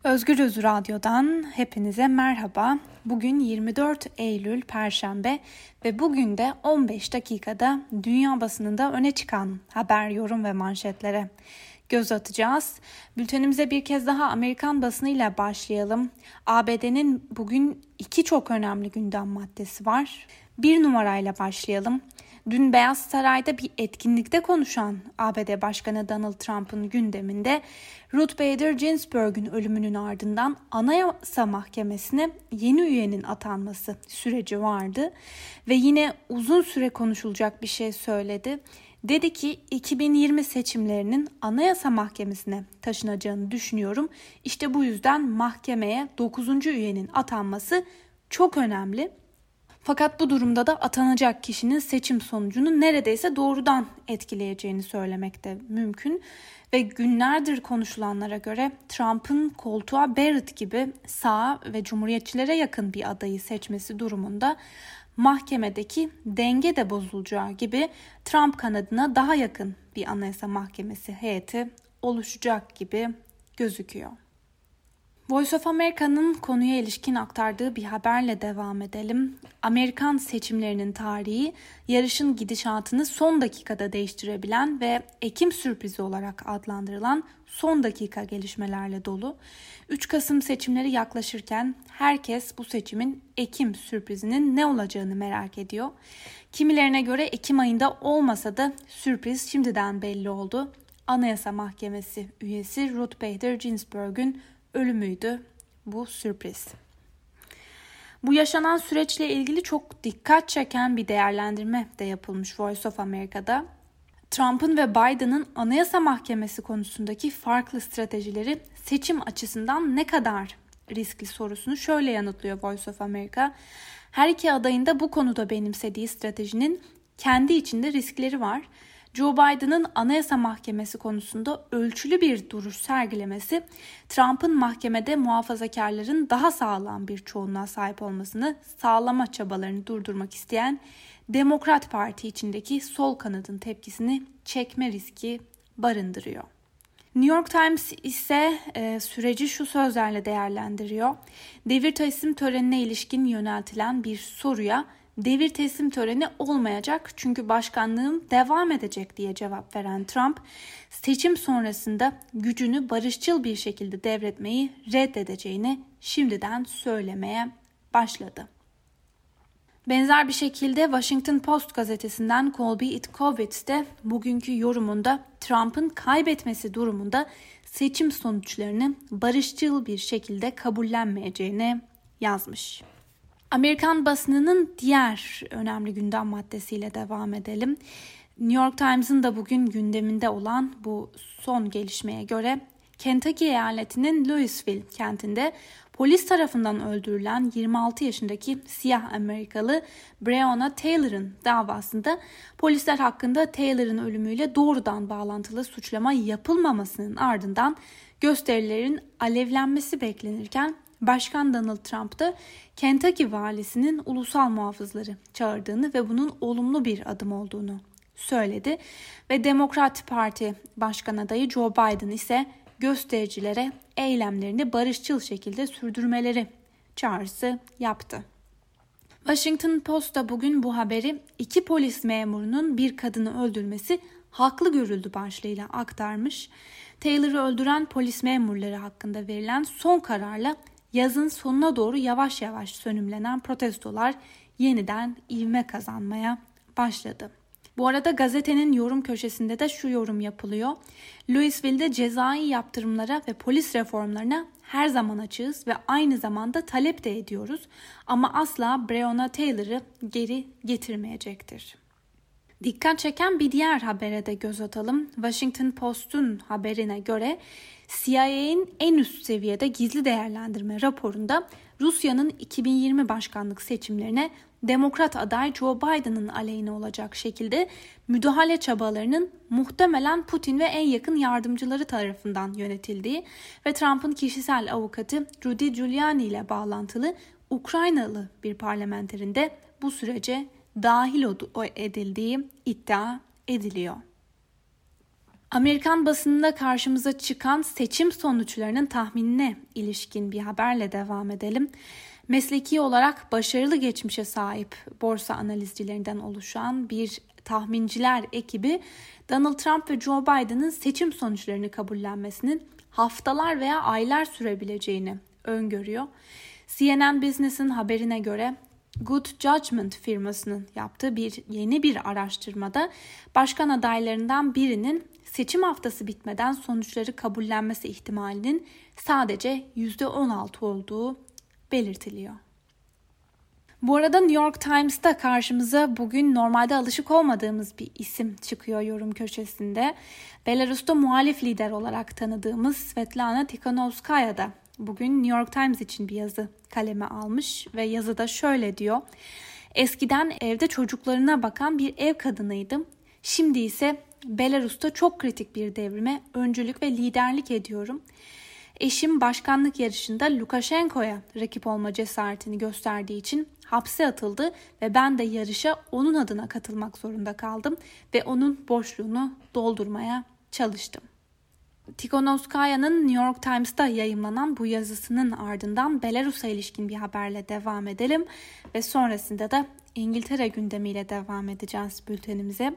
Özgürüz Radyo'dan hepinize merhaba. Bugün 24 Eylül Perşembe ve bugün de 15 dakikada dünya basınında öne çıkan haber, yorum ve manşetlere göz atacağız. Bültenimize bir kez daha Amerikan basınıyla başlayalım. ABD'nin bugün iki çok önemli gündem maddesi var. Bir numarayla başlayalım. Dün Beyaz Saray'da bir etkinlikte konuşan ABD Başkanı Donald Trump'ın gündeminde Ruth Bader Ginsburg'un ölümünün ardından Anayasa Mahkemesi'ne yeni üyenin atanması süreci vardı ve yine uzun süre konuşulacak bir şey söyledi. Dedi ki 2020 seçimlerinin Anayasa Mahkemesi'ne taşınacağını düşünüyorum. İşte bu yüzden mahkemeye 9. üyenin atanması çok önemli. Fakat bu durumda da atanacak kişinin seçim sonucunu neredeyse doğrudan etkileyeceğini söylemek de mümkün. Ve günlerdir konuşulanlara göre Trump'ın koltuğa Barrett gibi sağ ve cumhuriyetçilere yakın bir adayı seçmesi durumunda mahkemedeki denge de bozulacağı gibi Trump kanadına daha yakın bir Anayasa Mahkemesi heyeti oluşacak gibi gözüküyor. Voice of America'nın konuya ilişkin aktardığı bir haberle devam edelim. Amerikan seçimlerinin tarihi yarışın gidişatını son dakikada değiştirebilen ve Ekim sürprizi olarak adlandırılan son dakika gelişmelerle dolu. 3 Kasım seçimleri yaklaşırken herkes bu seçimin Ekim sürprizinin ne olacağını merak ediyor. Kimilerine göre Ekim ayında olmasa da sürpriz şimdiden belli oldu. Anayasa Mahkemesi üyesi Ruth Bader Ginsburg'un ölümüydü bu sürpriz. Bu yaşanan süreçle ilgili çok dikkat çeken bir değerlendirme de yapılmış Voice of America'da. Trump'ın ve Biden'ın Anayasa Mahkemesi konusundaki farklı stratejileri seçim açısından ne kadar riskli sorusunu şöyle yanıtlıyor Voice of America. Her iki adayın da bu konuda benimsediği stratejinin kendi içinde riskleri var. Joe Biden'ın Anayasa Mahkemesi konusunda ölçülü bir duruş sergilemesi, Trump'ın mahkemede muhafazakarların daha sağlam bir çoğunluğa sahip olmasını sağlama çabalarını durdurmak isteyen Demokrat Parti içindeki sol kanadın tepkisini çekme riski barındırıyor. New York Times ise süreci şu sözlerle değerlendiriyor. Devir teslim törenine ilişkin yöneltilen bir soruya devir teslim töreni olmayacak çünkü başkanlığım devam edecek diye cevap veren Trump, seçim sonrasında gücünü barışçıl bir şekilde devretmeyi reddedeceğini şimdiden söylemeye başladı. Benzer bir şekilde Washington Post gazetesinden Colby Itkowitz de bugünkü yorumunda Trump'ın kaybetmesi durumunda seçim sonuçlarını barışçıl bir şekilde kabullenmeyeceğini yazmış. Amerikan basınının diğer önemli gündem maddesiyle devam edelim. New York Times'ın da bugün gündeminde olan bu son gelişmeye göre Kentucky eyaletinin Louisville kentinde polis tarafından öldürülen 26 yaşındaki siyah Amerikalı Breonna Taylor'ın davasında polisler hakkında Taylor'ın ölümüyle doğrudan bağlantılı suçlama yapılmamasının ardından gösterilerin alevlenmesi beklenirken Başkan Donald Trump da Kentucky valisinin ulusal muhafızları çağırdığını ve bunun olumlu bir adım olduğunu söyledi ve Demokrat Parti Başkan adayı Joe Biden ise göstericilere eylemlerini barışçıl şekilde sürdürmeleri çağrısı yaptı. Washington Post da bugün bu haberi 2 polis memurunun bir kadını öldürmesi haklı görüldü başlığıyla aktarmış. Taylor'ı öldüren polis memurları hakkında verilen son kararla yazın sonuna doğru yavaş yavaş sönümlenen protestolar yeniden ivme kazanmaya başladı. Bu arada gazetenin yorum köşesinde de şu yorum yapılıyor. Louisville'de cezai yaptırımlara ve polis reformlarına her zaman açığız ve aynı zamanda talep de ediyoruz ama asla Breonna Taylor'ı geri getirmeyecektir. Dikkat çeken bir diğer habere de göz atalım. Washington Post'un haberine göre CIA'nin en üst seviyede gizli değerlendirme raporunda Rusya'nın 2020 başkanlık seçimlerine Demokrat aday Joe Biden'ın aleyhine olacak şekilde müdahale çabalarının muhtemelen Putin ve en yakın yardımcıları tarafından yönetildiği ve Trump'ın kişisel avukatı Rudy Giuliani ile bağlantılı Ukraynalı bir parlamenterin de bu sürece dahil edildiği iddia ediliyor. Amerikan basınında karşımıza çıkan seçim sonuçlarının tahminine ilişkin bir haberle devam edelim. Mesleki olarak başarılı geçmişe sahip borsa analizcilerinden oluşan bir tahminciler ekibi Donald Trump ve Joe Biden'ın seçim sonuçlarını kabullenmesinin haftalar veya aylar sürebileceğini öngörüyor. CNN Business'ın haberine göre Good Judgment firmasının yaptığı yeni bir araştırmada başkan adaylarından birinin seçim haftası bitmeden sonuçları kabullenmesi ihtimalinin sadece %16 olduğu belirtiliyor. Bu arada New York Times'ta karşımıza bugün normalde alışık olmadığımız bir isim çıkıyor yorum köşesinde. Belarus'ta muhalif lider olarak tanıdığımız Svetlana Tikhanovskaya da bugün New York Times için bir yazı kaleme almış ve yazıda şöyle diyor. Eskiden evde çocuklarına bakan bir ev kadınıydım. Şimdi ise Belarus'ta çok kritik bir devrime öncülük ve liderlik ediyorum. Eşim başkanlık yarışında Lukashenko'ya rakip olma cesaretini gösterdiği için hapse atıldı ve ben de yarışa onun adına katılmak zorunda kaldım ve onun boşluğunu doldurmaya çalıştım. Tikhanovskaya'nın New York Times'ta yayımlanan bu yazısının ardından Belarus'a ilişkin bir haberle devam edelim ve sonrasında da İngiltere gündemiyle devam edeceğiz bültenimize.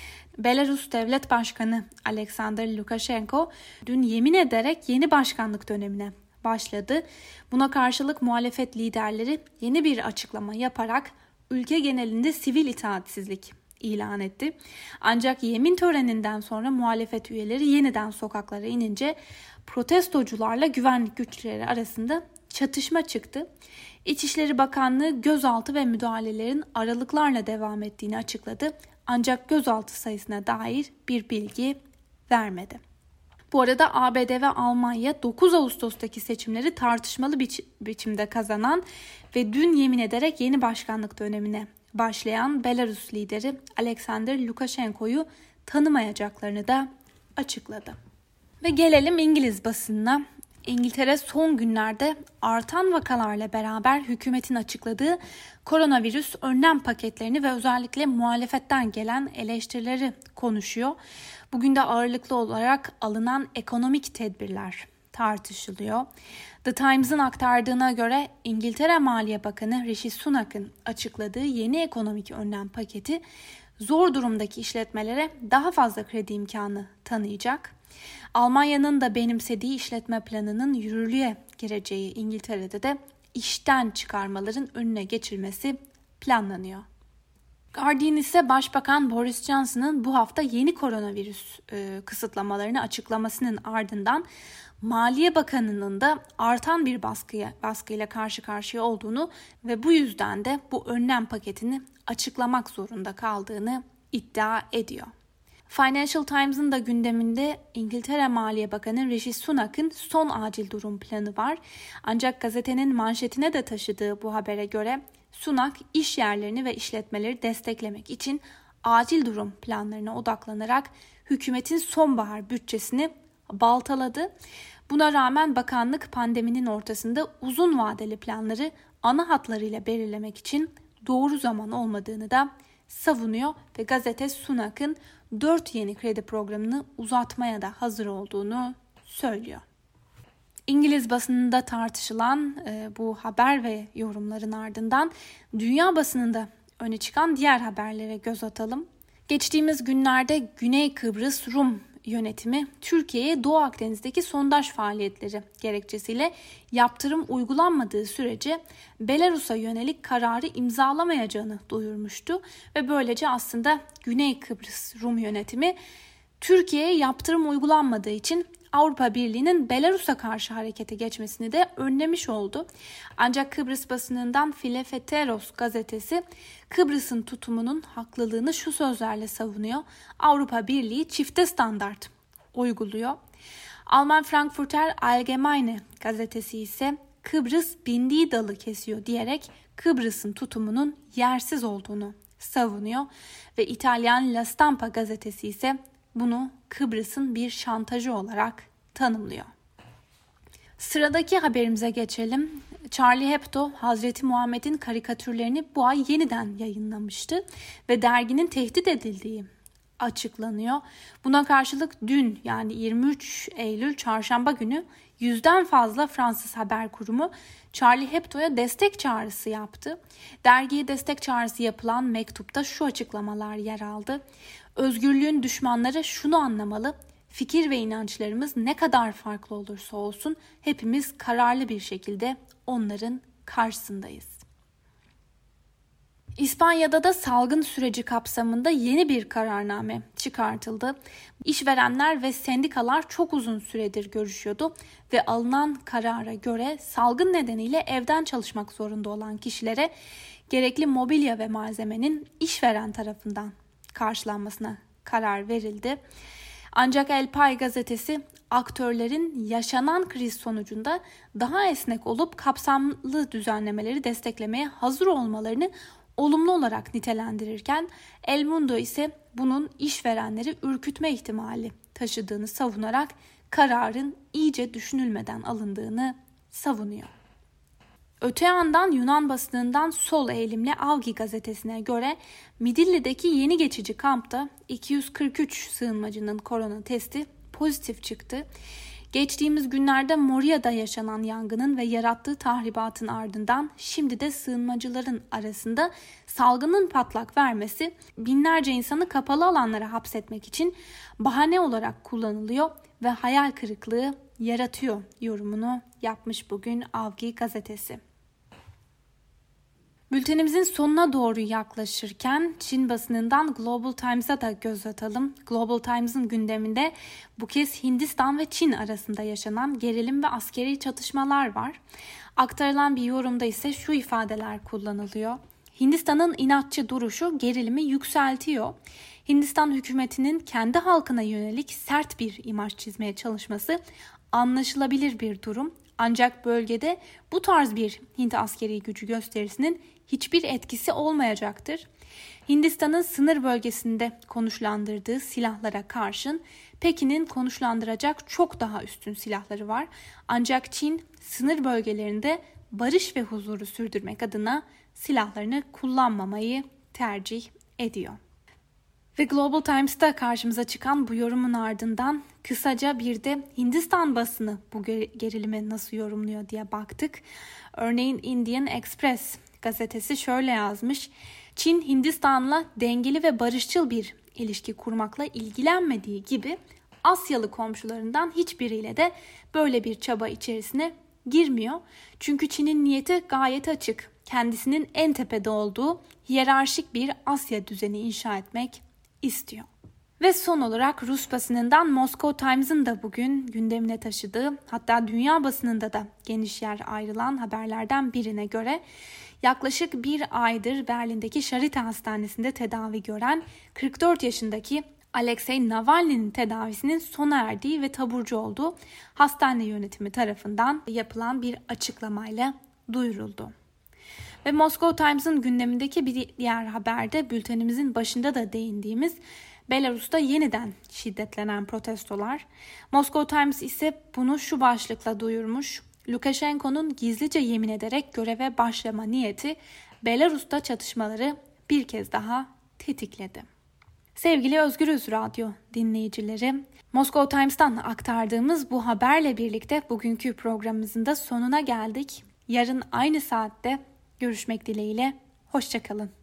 Belarus Devlet Başkanı Alexander Lukashenko dün yemin ederek yeni başkanlık dönemine başladı. Buna karşılık muhalefet liderleri yeni bir açıklama yaparak ülke genelinde sivil itaatsizlik ilan etti. Ancak yemin töreninden sonra muhalefet üyeleri yeniden sokaklara inince protestocularla güvenlik güçleri arasında çatışma çıktı. İçişleri Bakanlığı gözaltı ve müdahalelerin aralıklarla devam ettiğini açıkladı. Ancak gözaltı sayısına dair bir bilgi vermedi. Bu arada ABD ve Almanya 9 Ağustos'taki seçimleri tartışmalı biçimde kazanan ve dün yemin ederek yeni başkanlık dönemine başlayan Belarus lideri Alexander Lukashenko'yu tanımayacaklarını da açıkladı. Ve gelelim İngiliz basınına. İngiltere son günlerde artan vakalarla beraber hükümetin açıkladığı koronavirüs önlem paketlerini ve özellikle muhalefetten gelen eleştirileri konuşuyor. Bugün de ağırlıklı olarak alınan ekonomik tedbirler tartışılıyor. The Times'ın aktardığına göre İngiltere Maliye Bakanı Rishi Sunak'ın açıkladığı yeni ekonomik önlem paketi zor durumdaki işletmelere daha fazla kredi imkanı tanıyacak. Almanya'nın da benimsediği işletme planının yürürlüğe gireceği İngiltere'de de işten çıkarmaların önüne geçilmesi planlanıyor. Guardian ise Başbakan Boris Johnson'ın bu hafta yeni koronavirüs kısıtlamalarını açıklamasının ardından Maliye Bakanı'nın da artan bir baskıyla karşı karşıya olduğunu ve bu yüzden de bu önlem paketini açıklamak zorunda kaldığını iddia ediyor. Financial Times'ın da gündeminde İngiltere Maliye Bakanı Rishi Sunak'ın son acil durum planı var. Ancak gazetenin manşetine de taşıdığı bu habere göre Sunak iş yerlerini ve işletmeleri desteklemek için acil durum planlarına odaklanarak hükümetin sonbahar bütçesini baltaladı. Buna rağmen bakanlık pandeminin ortasında uzun vadeli planları ana hatlarıyla belirlemek için doğru zaman olmadığını da savunuyor ve gazete Sunak'ın 4 yeni kredi programını uzatmaya da hazır olduğunu söylüyor. İngiliz basınında tartışılan bu haber ve yorumların ardından dünya basınında öne çıkan diğer haberlere göz atalım. Geçtiğimiz günlerde Güney Kıbrıs Rum yönetimi Türkiye'ye Doğu Akdeniz'deki sondaj faaliyetleri gerekçesiyle yaptırım uygulanmadığı sürece Belarus'a yönelik kararı imzalamayacağını duyurmuştu ve böylece aslında Güney Kıbrıs Rum yönetimi Türkiye'ye yaptırım uygulanmadığı için Avrupa Birliği'nin Belarus'a karşı harekete geçmesini de önlemiş oldu. Ancak Kıbrıs basınından Filefeteros gazetesi Kıbrıs'ın tutumunun haklılığını şu sözlerle savunuyor. Avrupa Birliği çifte standart uyguluyor. Alman Frankfurter Allgemeine gazetesi ise Kıbrıs bindiği dalı kesiyor diyerek Kıbrıs'ın tutumunun yersiz olduğunu savunuyor ve İtalyan La Stampa gazetesi ise bunu Kıbrıs'ın bir şantajı olarak tanımlıyor. Sıradaki haberimize geçelim. Charlie Hebdo, Hazreti Muhammed'in karikatürlerini bu ay yeniden yayınlamıştı ve derginin tehdit edildiği açıklanıyor. Buna karşılık dün yani 23 Eylül çarşamba günü 100'den fazla Fransız haber kurumu Charlie Hebdo'ya destek çağrısı yaptı. Dergiye destek çağrısı yapılan mektupta şu açıklamalar yer aldı. Özgürlüğün düşmanları şunu anlamalı: fikir ve inançlarımız ne kadar farklı olursa olsun hepimiz kararlı bir şekilde onların karşısındayız. İspanya'da da salgın süreci kapsamında yeni bir kararname çıkartıldı. İşverenler ve sendikalar çok uzun süredir görüşüyordu ve alınan karara göre salgın nedeniyle evden çalışmak zorunda olan kişilere gerekli mobilya ve malzemenin işveren tarafından karşılanmasına karar verildi. Ancak El Pay gazetesi aktörlerin yaşanan kriz sonucunda daha esnek olup kapsamlı düzenlemeleri desteklemeye hazır olmalarını olumlu olarak nitelendirirken El Mundo ise bunun işverenleri ürkütme ihtimali taşıdığını savunarak kararın iyice düşünülmeden alındığını savunuyor. Öte yandan Yunan basınından sol eğilimli Avgi gazetesine göre Midilli'deki yeni geçici kampta 243 sığınmacının korona testi pozitif çıktı. Geçtiğimiz günlerde Moria'da yaşanan yangının ve yarattığı tahribatın ardından şimdi de sığınmacıların arasında salgının patlak vermesi binlerce insanı kapalı alanlara hapsetmek için bahane olarak kullanılıyor ve hayal kırıklığı yaratıyor yorumunu yapmış bugün Avgi gazetesi. Bültenimizin sonuna doğru yaklaşırken Çin basınından Global Times'a da göz atalım. Global Times'ın gündeminde bu kez Hindistan ve Çin arasında yaşanan gerilim ve askeri çatışmalar var. Aktarılan bir yorumda ise şu ifadeler kullanılıyor. Hindistan'ın inatçı duruşu gerilimi yükseltiyor. Hindistan hükümetinin kendi halkına yönelik sert bir imaj çizmeye çalışması anlaşılabilir bir durum. Ancak bölgede bu tarz bir Hint askeri gücü gösterisinin hiçbir etkisi olmayacaktır. Hindistan'ın sınır bölgesinde konuşlandırdığı silahlara karşın Pekin'in konuşlandıracak çok daha üstün silahları var. Ancak Çin sınır bölgelerinde barış ve huzuru sürdürmek adına silahlarını kullanmamayı tercih ediyor. Ve Global Times'ta karşımıza çıkan bu yorumun ardından kısaca bir de Hindistan basını bu gerilimi nasıl yorumluyor diye baktık. Örneğin Indian Express gazetesi şöyle yazmış: Çin Hindistan'la dengeli ve barışçıl bir ilişki kurmakla ilgilenmediği gibi Asyalı komşularından hiçbiriyle de böyle bir çaba içerisine girmiyor. Çünkü Çin'in niyeti gayet açık. Kendisinin en tepede olduğu hiyerarşik bir Asya düzeni inşa etmek istiyor. Ve son olarak Rus basınından Moscow Times'ın da bugün gündemine taşıdığı, hatta dünya basınında da geniş yer ayrılan haberlerden birine göre yaklaşık bir aydır Berlin'deki Charité Hastanesi'nde tedavi gören 44 yaşındaki Alexei Navalny'nin tedavisinin sona erdiği ve taburcu olduğu hastane yönetimi tarafından yapılan bir açıklamayla duyuruldu. Ve Moscow Times'ın gündemindeki bir diğer haberde bültenimizin başında da değindiğimiz Belarus'ta yeniden şiddetlenen protestolar. Moscow Times ise bunu şu başlıkla duyurmuş: Lukashenko'nun gizlice yemin ederek göreve başlama niyeti Belarus'ta çatışmaları bir kez daha tetikledi. Sevgili Özgürüz Radyo dinleyicileri, Moscow Times'tan aktardığımız bu haberle birlikte bugünkü programımızın da sonuna geldik. Yarın aynı saatte görüşmek dileğiyle, hoşça kalın.